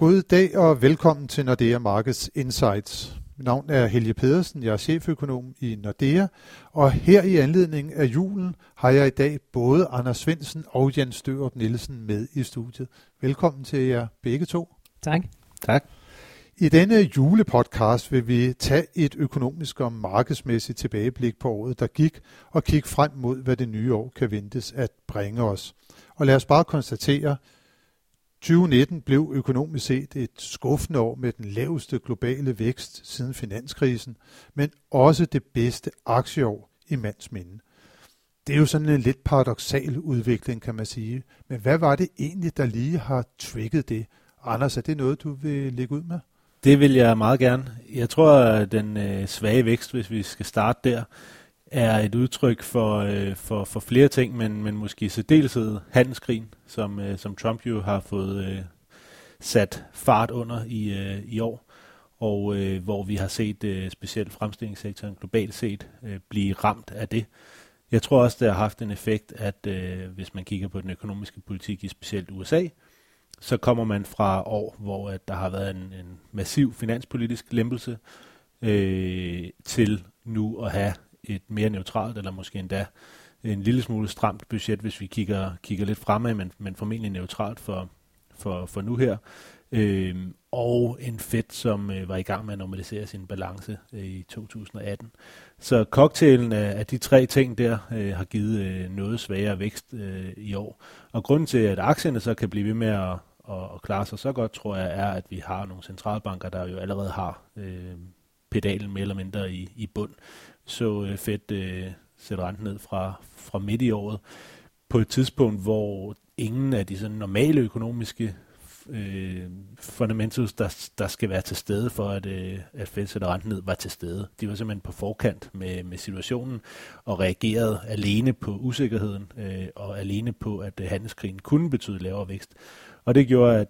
God dag og velkommen til Nordea Markets Insights. Mit navn er Helge Pedersen, jeg er cheføkonom i Nordea, og her i anledning af julen har jeg i dag både Anders Svendsen og Jens Størup Nielsen med i studiet. Velkommen til jer begge to. Tak. Tak. I denne julepodcast vil vi tage et økonomisk og markedsmæssigt tilbageblik på året, der gik, og kigge frem mod, hvad det nye år kan ventes at bringe os. Og lad os bare konstatere, 2019 blev økonomisk set et skuffende år med den laveste globale vækst siden finanskrisen, men også det bedste aktieår i mands minde. Det er jo sådan en lidt paradoksal udvikling, kan man sige. Men hvad var det egentlig, der lige har trigget det? Anders, er det noget, du vil lægge ud med? Det vil jeg meget gerne. Jeg tror, at den svage vækst, hvis vi skal starte der, er et udtryk for flere ting, men måske i særdeleshed handelskrigen, som Trump jo har fået sat fart under i år, og hvor vi har set specielt fremstillingssektoren globalt set blive ramt af det. Jeg tror også, det har haft en effekt, at hvis man kigger på den økonomiske politik i specielt USA, så kommer man fra år, hvor der har været en massiv finanspolitisk lempelse, til nu at have et mere neutralt, eller måske endda en lille smule stramt budget, hvis vi kigger lidt fremad, men formentlig neutralt for nu her. Og en Fed, som var i gang med at normalisere sin balance i 2018. Så cocktailen af de tre ting der har givet noget svagere vækst i år. Og grunden til, at aktierne så kan blive ved med at klare sig så godt, tror jeg, er, at vi har nogle centralbanker, der jo allerede har pedalen mere eller mindre i bund. Så Fed sætter renten ned fra midt i året på et tidspunkt, hvor ingen af de sådan normale økonomiske fundamentals, der skal være til stede for, at Fed sætter renten ned, var til stede. De var simpelthen på forkant med situationen og reagerede alene på usikkerheden og alene på, at handelskrigen kunne betyde lavere vækst. Og det gjorde,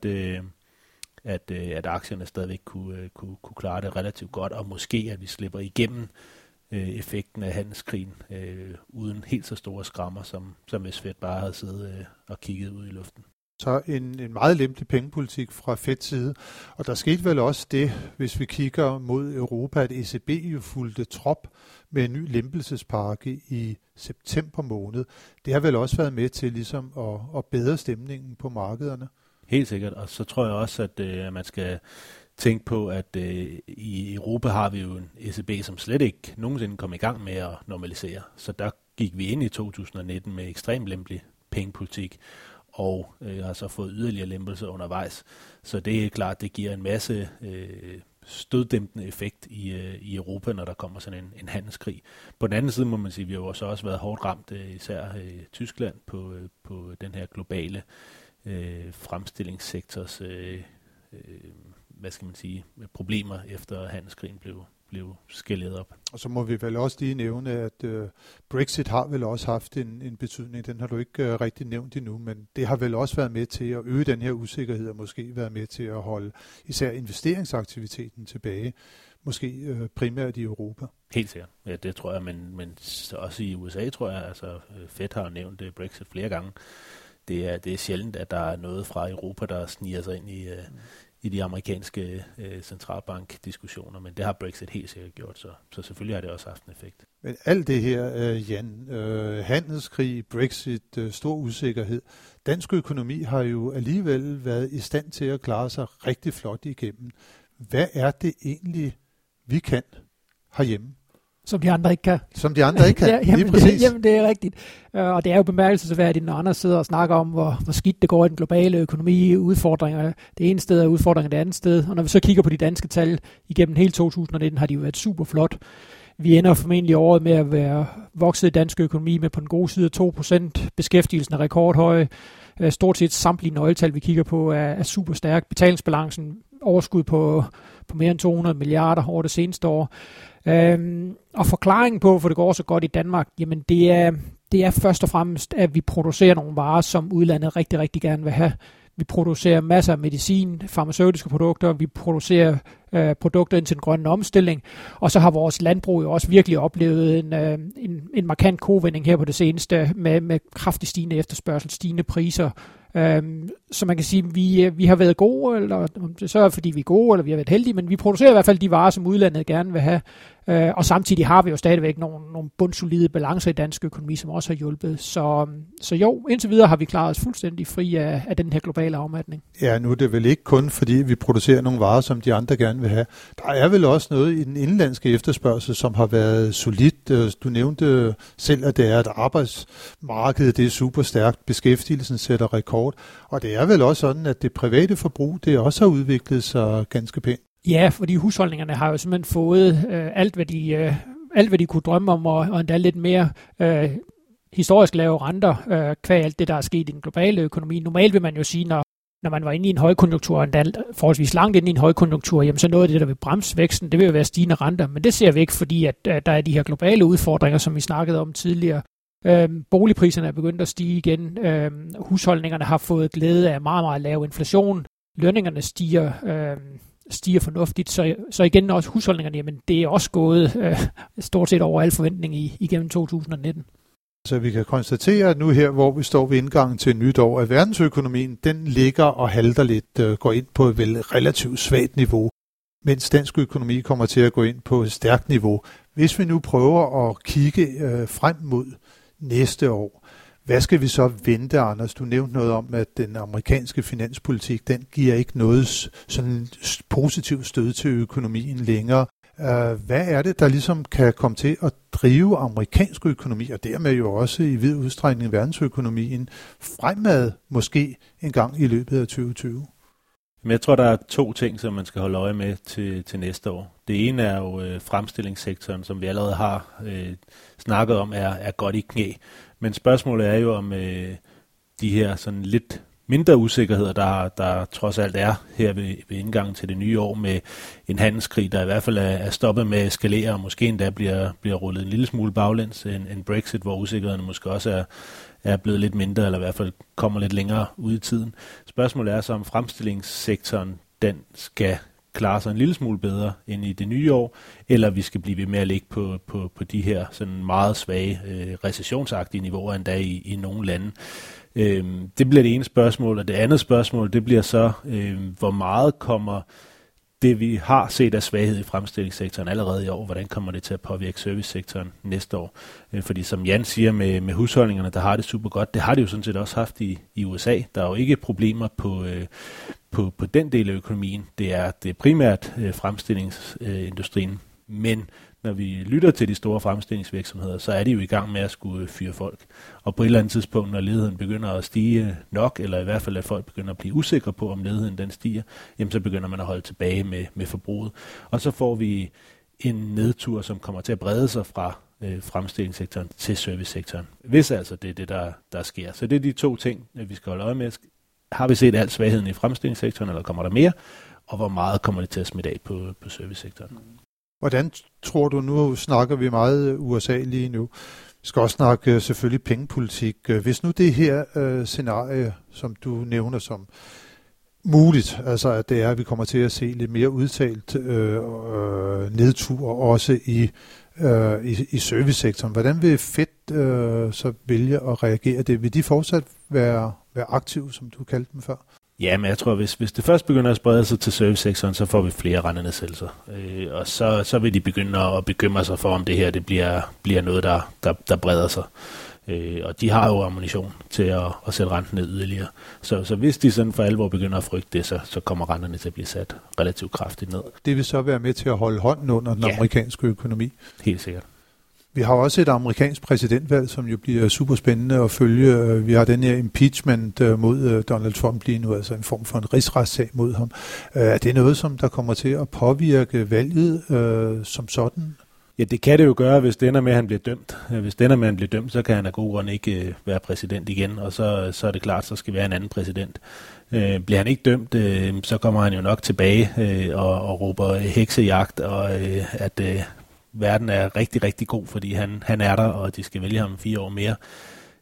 at aktierne stadigvæk kunne klare det relativt godt, og måske at vi slipper igennem effekten af handelskrigen uden helt så store skrammer, som hvis Fed bare havde siddet og kigget ud i luften. Så en meget lempelig pengepolitik fra Feds side, og der skete vel også det, hvis vi kigger mod Europa, at ECB jo fulgte trop med en ny lempelsespakke i september måned. Det har vel også været med til ligesom at bedre stemningen på markederne? Helt sikkert, og så tror jeg også, at man skal tænke på, at i Europa har vi jo en ECB, som slet ikke nogensinde kom i gang med at normalisere. Så der gik vi ind i 2019 med ekstremt lempelig pengepolitik, og har så fået yderligere lempelser undervejs. Så det er klart, det giver en masse støddæmpende effekt i Europa, når der kommer sådan en handelskrig. På den anden side må man sige, at vi har også været hårdt ramt, især i Tyskland, på den her globale fremstillingssektors hvad skal man sige, problemer efter handelskrigen blev skaleret op. Og så må vi vel også lige nævne, at Brexit har vel også haft en betydning. Den har du ikke rigtig nævnt endnu, men det har vel også været med til at øge den her usikkerhed, og måske været med til at holde især investeringsaktiviteten tilbage, måske primært i Europa. Helt sikkert. Ja, det tror jeg, men også i USA, tror jeg, altså Fed har nævnt Brexit flere gange. Det er sjældent, at der er noget fra Europa, der sniger sig ind i de amerikanske centralbankdiskussioner, men det har Brexit helt sikkert gjort, så selvfølgelig har det også haft en effekt. Men alt det her, Jan, handelskrig, Brexit, stor usikkerhed, dansk økonomi har jo alligevel været i stand til at klare sig rigtig flot igennem. Hvad er det egentlig, vi kan herhjemme? Som de andre ikke kan. Som de andre ikke kan, ja, lige præcis. Jamen, det er rigtigt. Og det er jo bemærkelsesværdigt, når andre sidder og snakker om, hvor skidt det går i den globale økonomi, udfordringer. Det ene sted er udfordringer det andet sted. Og når vi så kigger på de danske tal igennem hele 2019, har de jo været super flot. Vi ender formentlig året med at være vokset i dansk økonomi med på den gode side af 2%. Beskæftigelsen er rekordhøj. Stort set samtlige nøgletal, vi kigger på, er super stærk. Betalingsbalancen overskud på mere end 200 milliarder over det seneste år. Og forklaringen på, hvorfor det går så godt i Danmark, jamen det er først og fremmest, at vi producerer nogle varer, som udlandet rigtig, rigtig gerne vil have. Vi producerer masser af medicin, farmaceutiske produkter, vi producerer produkter ind til den grønne omstilling. Og så har vores landbrug jo også virkelig oplevet en markant kovending her på det seneste med kraftigt stigende efterspørgsel, stigende priser. Så man kan sige, at vi har været gode, eller så er det fordi vi er gode, eller vi har været heldige, men vi producerer i hvert fald de varer, som udlandet gerne vil have. Og samtidig har vi jo stadigvæk nogle bundsolide balancer i dansk økonomi, som også har hjulpet. Så jo, indtil videre har vi klaret os fuldstændig fri af den her globale afmatning. Ja, nu er det vel ikke kun, fordi vi producerer nogle varer, som de andre gerne vil have. Der er vel også noget i den indenlandske efterspørgsel, som har været solidt. Du nævnte selv, at det er et arbejdsmarked, det er super stærkt, beskæftigelsen sætter rekord. Og det er vel også sådan, at det private forbrug, det også har udviklet sig ganske pænt. Ja, fordi husholdningerne har jo simpelthen fået alt, hvad de kunne drømme om, og endda lidt mere historisk lave renter, kvæg alt det, der er sket i den globale økonomi. Normalt vil man jo sige, når man var inde i en højkonjunktur, og endda forholdsvis langt inde i en højkonjunktur, jamen så noget af det, der vil bremse væksten, det vil jo være stigende renter. Men det ser vi ikke, fordi at der er de her globale udfordringer, som vi snakkede om tidligere. Boligpriserne er begyndt at stige igen. Husholdningerne har fået glæde af meget, meget lav inflation. Lønningerne stiger fornuftigt, så igen også husholdningerne, jamen det er også gået stort set over al forventning igennem 2019. Så vi kan konstatere, at nu her, hvor vi står ved indgangen til et nyt år, at verdensøkonomien, den ligger og halter lidt, går ind på et vel relativt svagt niveau, mens dansk økonomi kommer til at gå ind på et stærkt niveau. Hvis vi nu prøver at kigge frem mod næste år, hvad skal vi så vente, Anders? Du nævnte noget om, at den amerikanske finanspolitik, den giver ikke noget sådan positivt stød til økonomien længere. Hvad er det, der ligesom kan komme til at drive amerikansk økonomi, og dermed jo også i vid udstrækning verdensøkonomien, fremad måske en gang i løbet af 2020? Men jeg tror, der er 2 ting, som man skal holde øje med til næste år. Det ene er jo fremstillingssektoren, som vi allerede har snakket om, er godt i knæ. Men spørgsmålet er jo, om de her sådan lidt mindre usikkerheder, der trods alt er her ved indgangen til det nye år med en handelskrig, der i hvert fald er stoppet med at eskalere, og måske endda bliver rullet en lille smule baglæns, en Brexit, hvor usikkerhederne måske også er blevet lidt mindre, eller i hvert fald kommer lidt længere ud i tiden. Spørgsmålet er så, om fremstillingssektoren, den skal klare sig en lille smule bedre end i det nye år, eller vi skal blive ved med at ligge på de her sådan meget svage recessionsagtige niveauer endda i nogle lande. Det bliver det ene spørgsmål, og det andet spørgsmål, det bliver så, hvor meget kommer det, vi har set af svaghed i fremstillingssektoren allerede i år, hvordan kommer det til at påvirke servicesektoren næste år? Fordi som Jan siger med husholdningerne, der har det super godt, det har de jo sådan set også haft i USA. Der er jo ikke problemer på den del af økonomien. Det er primært fremstillingsindustrien, men når vi lytter til de store fremstillingsvirksomheder, så er de jo i gang med at skulle fyre folk. Og på et eller andet tidspunkt, når ledigheden begynder at stige nok, eller i hvert fald at folk begynder at blive usikre på, om ledigheden den stiger, jamen så begynder man at holde tilbage med forbruget. Og så får vi en nedtur, som kommer til at brede sig fra fremstillingssektoren til servicesektoren. Hvis altså det er det, der sker. Så det er de 2 ting, vi skal holde øje med. Har vi set al svagheden i fremstillingssektoren, eller kommer der mere? Og hvor meget kommer det til at smitte af på servicesektoren? Hvordan tror du, nu snakker vi meget USA lige nu, vi skal også snakke selvfølgelig pengepolitik. Hvis nu det her scenarie, som du nævner som muligt, altså at det er, at vi kommer til at se lidt mere udtalt nedtur også i servicesektoren. Hvordan vil Fed så vælge at reagere det? Vil de fortsat være aktive, som du kaldte dem før? Ja, men jeg tror, hvis det først begynder at sprede sig til servicesektoren, så får vi flere rentenedsættelser. Og så vil de begynde at bekymre sig for, om det her det bliver noget, der breder sig. Og de har jo ammunition til at sætte renten ned yderligere. Så hvis de sådan for alvor begynder at frygte det, så kommer renterne til at blive sat relativt kraftigt ned. Det vil så være med til at holde hånden under den amerikanske økonomi? Helt sikkert. Vi har også et amerikansk præsidentvalg, som jo bliver super spændende at følge. Vi har den her impeachment mod Donald Trump lige nu, altså en form for en rigsretssag mod ham. Er det noget, som der kommer til at påvirke valget som sådan? Ja, det kan det jo gøre, hvis det ender med, at han bliver dømt. Hvis det ender med, at han bliver dømt, så kan han af gode grunde ikke være præsident igen, og så er det klart, så skal vi have en anden præsident. Bliver han ikke dømt, så kommer han jo nok tilbage og råber heksejagt, og at verden er rigtig, rigtig god, fordi han er der, og de skal vælge ham 4 år mere.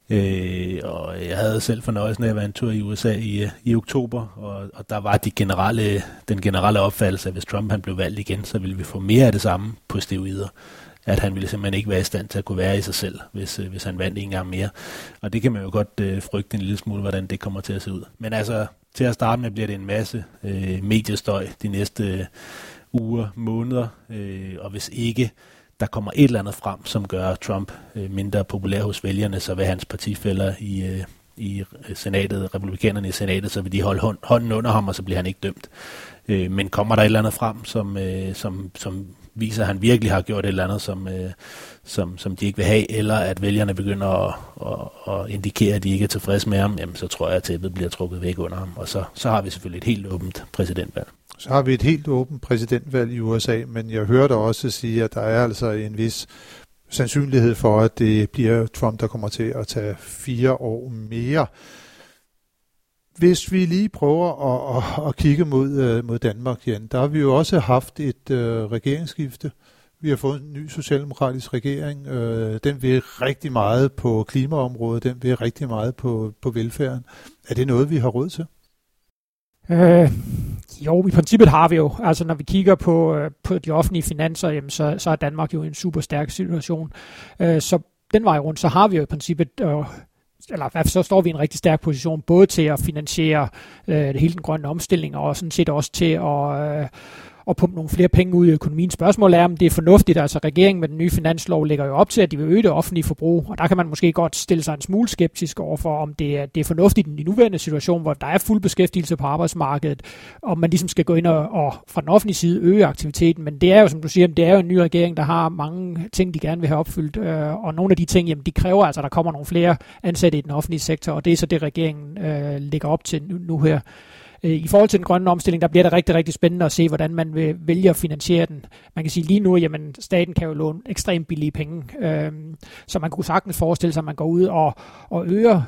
Og jeg havde selv fornøjelsen af at være en tur i USA i oktober, og der var den generelle opfattelse, at hvis Trump han blev valgt igen, så ville vi få mere af det samme på steroider. At han ville simpelthen ikke være i stand til at kunne være i sig selv, hvis han vandt en gang mere. Og det kan man jo godt frygte en lille smule, hvordan det kommer til at se ud. Men altså, til at starte med bliver det en masse mediestøj de næste uger, måneder, og hvis ikke der kommer et eller andet frem, som gør Trump mindre populær hos vælgerne, så vil hans partifæller i senatet, republikanerne i senatet, så vil de holde hånden under ham, og så bliver han ikke dømt. Men kommer der et eller andet frem, som viser, at han virkelig har gjort et eller andet, som de ikke vil have, eller at vælgerne begynder at indikere, at de ikke er tilfredse med ham, jamen, så tror jeg, at tæppet bliver trukket væk under ham. Og så har vi selvfølgelig et helt åbent præsidentvalg. Så har vi et helt åbent præsidentvalg i USA, men jeg hørte også sige, at der er altså en vis sandsynlighed for, at det bliver Trump, der kommer til at tage 4 år mere. Hvis vi lige prøver at kigge mod Danmark igen, der har vi jo også haft et regeringsskifte. Vi har fået en ny socialdemokratisk regering. Den vil rigtig meget på klimaområdet, den vil rigtig meget på velfærden. Er det noget, vi har råd til? Jo, i princippet har vi jo. Altså når vi kigger på de offentlige finanser, jamen, så er Danmark jo i en super stærk situation. Så den vej rundt, så har vi jo i princippet, eller i hvert fald så står vi i en rigtig stærk position, både til at finansiere hele den grønne omstilling, og sådan set også til at pumpe nogle flere penge ud i økonomien. Spørgsmålet er, om det er fornuftigt. Altså regeringen med den nye finanslov lægger jo op til, at de vil øge det offentlige forbrug, og der kan man måske godt stille sig en smule skeptisk overfor, om det er fornuftigt i den nuværende situation, hvor der er fuld beskæftigelse på arbejdsmarkedet, og man ligesom skal gå ind og fra den offentlige side øge aktiviteten. Men det er jo, som du siger, det er jo en ny regering, der har mange ting, de gerne vil have opfyldt, og nogle af de ting, jamen, de kræver altså, at der kommer nogle flere ansatte i den offentlige sektor, og det er så det, regeringen lægger op til nu her. I forhold til den grønne omstilling, der bliver det rigtig, rigtig spændende at se, hvordan man vil vælge at finansiere den. Man kan sige lige nu, jamen staten kan jo låne ekstremt billige penge, så man kunne sagtens forestille sig, at man går ud og øger,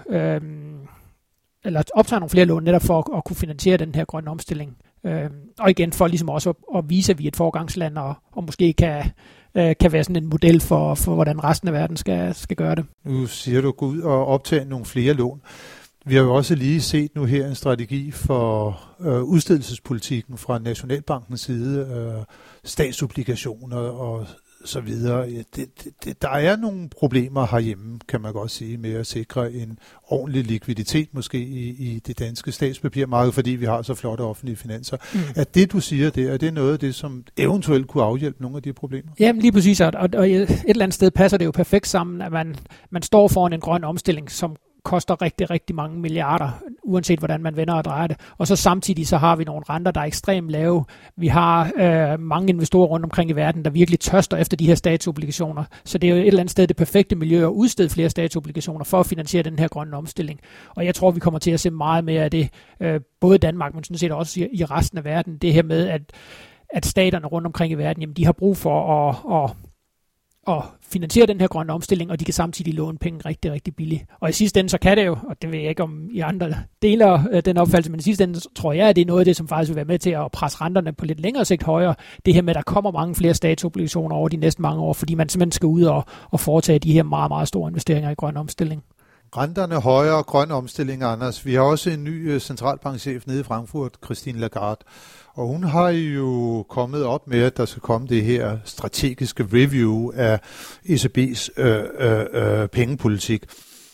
eller optager nogle flere lån, netop for at kunne finansiere den her grønne omstilling. Og igen for ligesom også at vise, at vi er et foregangsland, og måske kan være sådan en model for hvordan resten af verden skal gøre det. Nu siger du, gå ud og optage nogle flere lån. Vi har jo også lige set nu her en strategi for udstedelsespolitikken fra Nationalbankens side, statsobligationer og så videre. Der er nogle problemer herhjemme, kan man godt sige, med at sikre en ordentlig likviditet måske i det danske statspapirmarked, fordi vi har så flotte offentlige finanser. Er det, du siger, er det noget af det, som eventuelt kunne afhjælpe nogle af de problemer? Jamen lige præcis, og et eller andet sted passer det jo perfekt sammen, at man står foran en grøn omstilling, som koster rigtig, rigtig mange milliarder, uanset hvordan man vender og drejer det. Og så samtidig så har vi nogle renter, der er ekstremt lave. Vi har mange investorer rundt omkring i verden, der virkelig tørster efter de her statsobligationer. Så det er jo et eller andet sted det perfekte miljø at udstede flere statsobligationer for at finansiere den her grønne omstilling. Og jeg tror, vi kommer til at se meget mere af det, både i Danmark, men sådan set også i resten af verden. Det her med, at staterne rundt omkring i verden, jamen, de har brug for at finansiere den her grønne omstilling, og de kan samtidig låne penge rigtig, rigtig billigt. Og i sidste ende, så kan det jo, og det ved jeg ikke om I andre deler den opfattelse, men i sidste ende tror jeg, at det er noget af det, som faktisk vil være med til at presse renterne på lidt længere sigt højere. Det her med, at der kommer mange flere statsobligationer over de næste mange år, fordi man simpelthen skal ud og foretage de her meget, meget store investeringer i grøn omstilling. Renterne højere, grøn omstilling, Anders. Vi har også en ny centralbankchef nede i Frankfurt, Christine Lagarde, og hun har jo kommet op med, at der skal komme det her strategiske review af ECB's pengepolitik.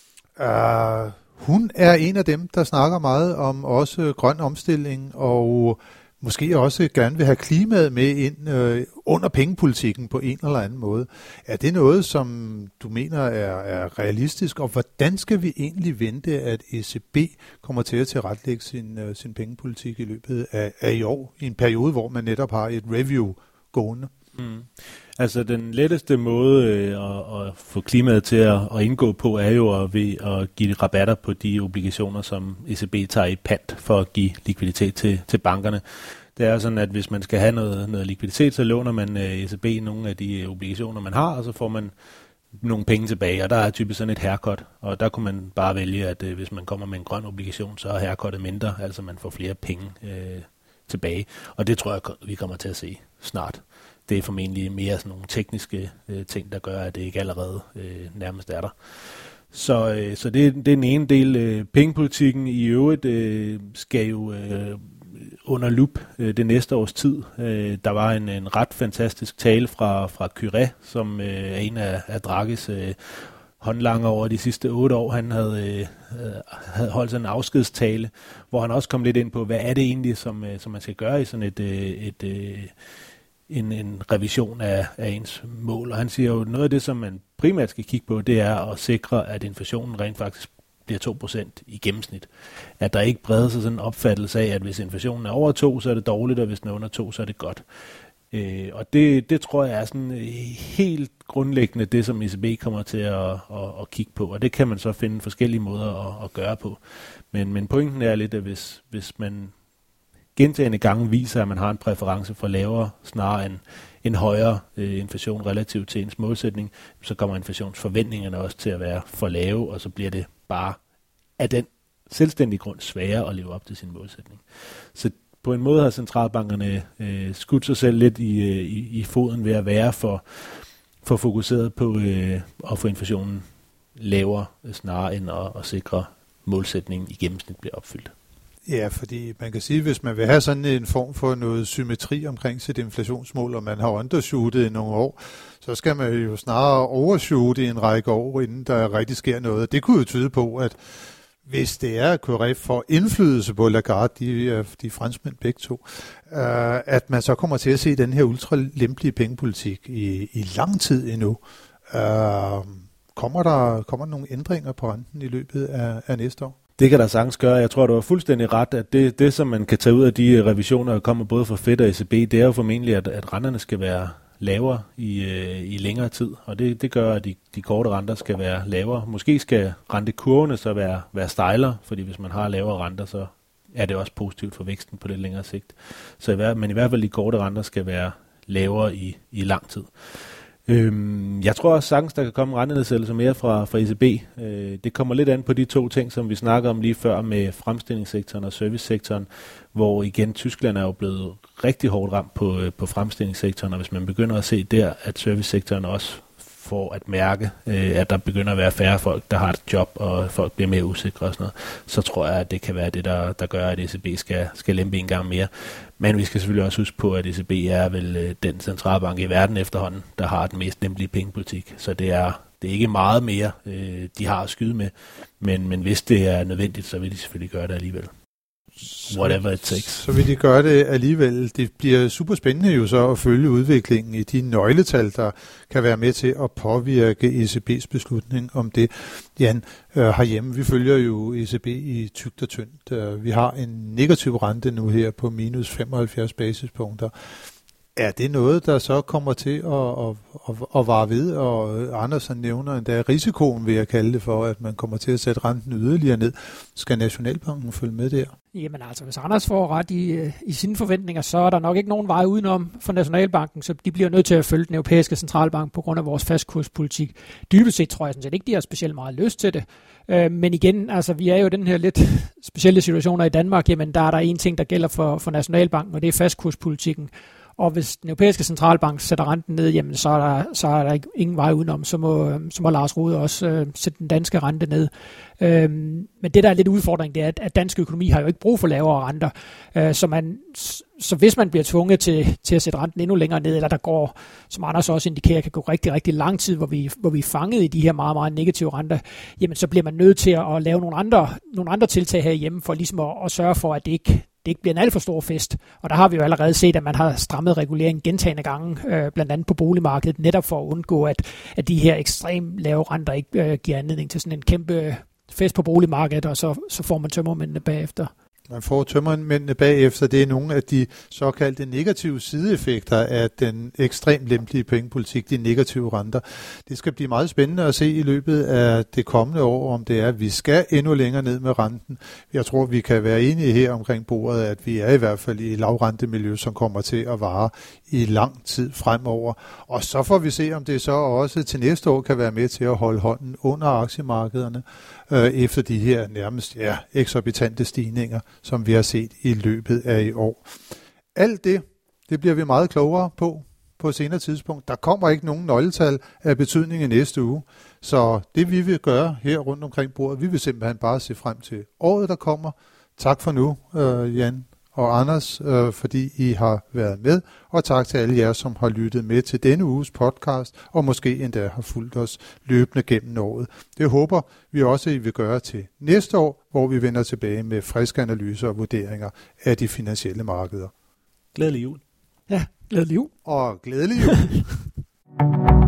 Hun er en af dem, der snakker meget om også grøn omstilling, og måske også gerne vil have klimaet med ind under pengepolitikken på en eller anden måde. Er det noget, som du mener er realistisk, og hvordan skal vi egentlig vente, at ECB kommer til at tilrettelægge sin pengepolitik i løbet af i år, i en periode, hvor man netop har et review gående? Altså den letteste måde at få klimaet til at indgå på, er jo at give rabatter på de obligationer, som ECB tager i pant for at give likviditet til bankerne. Det er sådan, at hvis man skal have noget likviditet, så låner man ECB nogle af de obligationer, man har, og så får man nogle penge tilbage, og der er typisk sådan et haircut, og der kunne man bare vælge, at hvis man kommer med en grøn obligation, så er haircuttet mindre, altså man får flere penge tilbage, og det tror jeg, vi kommer til at se snart. Det er formentlig mere sådan nogle tekniske ting, der gør, at det ikke allerede nærmest er der. Så det er den ene del. Pengepolitikken i øvrigt skal jo under lup det næste års tid. Der var en ret fantastisk tale fra Curé, som er en af Draghis håndlanger over de sidste 8 år. Han havde holdt sådan en afskedstale, hvor han også kom lidt ind på, hvad er det egentlig, som man skal gøre i sådan en revision af ens mål. Og han siger jo, noget af det, som man primært skal kigge på, det er at sikre, at inflationen rent faktisk bliver 2% i gennemsnit. At der ikke breder sig sådan en opfattelse af, at hvis inflationen er over 2, så er det dårligt, og hvis den er under 2, så er det godt. Og det tror jeg er sådan helt grundlæggende det, som ECB kommer til at kigge på. Og det kan man så finde forskellige måder at gøre på. Men pointen er lidt, at hvis man gentagne gange viser, at man har en præference for lavere snarere end en højere inflation relativt til ens målsætning, så kommer inflationsforventningerne også til at være for lave, og så bliver det bare af den selvstændige grund sværere at leve op til sin målsætning. Så på en måde har centralbankerne skudt sig selv lidt i foden ved at være for fokuseret på at få inflationen lavere, snarere end at sikre målsætningen i gennemsnit bliver opfyldt. Ja, fordi man kan sige, at hvis man vil have sådan en form for noget symmetri omkring sit inflationsmål, og man har undershootet i nogle år, så skal man jo snarere overshoote i en række år, inden der rigtig sker noget. Det kunne jo tyde på, at hvis det er, at Curé får indflydelse på Lagarde, de franskmænd begge to, at man så kommer til at se den her ultralempelige pengepolitik i lang tid endnu. Kommer der nogle ændringer på renten i løbet af næste år? Det kan der sagtens gøre. Jeg tror, du har fuldstændig ret, at det som man kan tage ud af de revisioner, der kommer både fra Fed og ECB, det er jo formentlig, at renterne skal være lavere i længere tid, og det gør, at de korte renter skal være lavere. Måske skal rentekurvene så være stejlere, fordi hvis man har lavere renter, så er det også positivt for væksten på det længere sigt. Men i hvert fald de korte renter skal være lavere i lang tid. Jeg tror også sagtens, der kan komme rentenedsættelse mere fra ECB. Det kommer lidt an på de to ting, som vi snakker om lige før med fremstillingssektoren og servicesektoren, hvor igen Tyskland er jo blevet rigtig hårdt ramt på fremstillingssektoren, og hvis man begynder at se der, at servicesektoren også får at mærke, at der begynder at være færre folk, der har et job, og folk bliver mere usikre og sådan noget, så tror jeg, at det kan være det, der gør, at ECB skal lempe en gang mere. Men vi skal selvfølgelig også huske på, at ECB er vel den centralbank i verden efterhånden, der har den mest lempelige pengepolitik. Så det er ikke meget mere, de har at skyde med, men hvis det er nødvendigt, så vil de selvfølgelig gøre det alligevel. Whatever it takes. Så vil de gøre det alligevel. Det bliver super spændende jo så at følge udviklingen i de nøgletal, der kan være med til at påvirke ECB's beslutning om det. Jan, herhjemme, vi følger jo ECB i tykt og tyndt. Vi har en negativ rente nu her på minus 75 basispunkter. Er det noget, der så kommer til at vare ved, og Andersen nævner endda risikoen, vil jeg kalde det for, at man kommer til at sætte renten yderligere ned. Skal Nationalbanken følge med der? Jamen altså, hvis Anders får ret i sine forventninger, så er der nok ikke nogen vej udenom for Nationalbanken, så de bliver nødt til at følge den europæiske centralbank på grund af vores fastkurspolitik. Dybest set tror jeg sådan set ikke, de har specielt meget lyst til det. Men igen, altså vi er jo i den her lidt specielle situationer i Danmark, jamen der er der en ting, der gælder for Nationalbanken, og det er fastkurspolitikken. Og hvis den europæiske centralbank sætter renten ned, jamen så er der ingen vej udenom. Så må Lars Rode også sætte den danske rente ned. Men det, der er lidt udfordring, det er, at dansk økonomi har jo ikke brug for lavere renter. Så hvis man bliver tvunget til at sætte renten endnu længere ned, eller der går, som Anders også indikerer, kan gå rigtig, rigtig lang tid, hvor vi er fanget i de her meget, meget negative renter, jamen så bliver man nødt til at lave nogle andre tiltag herhjemme, for ligesom at sørge for, at det ikke bliver en alt for stor fest. Og der har vi jo allerede set, at man har strammet reguleringen gentagne gange, blandt andet på boligmarkedet, netop for at undgå, at de her ekstremt lave renter ikke giver anledning til sådan en kæmpe fest på boligmarkedet, og så får man tømmermændene bagefter. Man får tømmermændene bagefter. Det er nogle af de såkaldte negative sideeffekter af den ekstremt lempelige pengepolitik, de negative renter. Det skal blive meget spændende at se i løbet af det kommende år, om det er, at vi skal endnu længere ned med renten. Jeg tror, vi kan være enige her omkring bordet, at vi er i hvert fald i lavrentemiljø, som kommer til at vare i lang tid fremover. Og så får vi se, om det så også til næste år kan være med til at holde hånden under aktiemarkederne, efter de her nærmest eksorbitante stigninger, som vi har set i løbet af i år. Alt det bliver vi meget klogere på på et senere tidspunkt. Der kommer ikke nogen nøgletal af betydning i næste uge. Så det vi vil gøre her rundt omkring bordet, vi vil simpelthen bare se frem til året, der kommer. Tak for nu, Jan og Anders, fordi I har været med, og tak til alle jer, som har lyttet med til denne uges podcast, og måske endda har fulgt os løbende gennem året. Det håber vi også, I vil gøre til næste år, hvor vi vender tilbage med friske analyser og vurderinger af de finansielle markeder. Glædelig jul. Ja, glædelig jul. Og glædelig jul.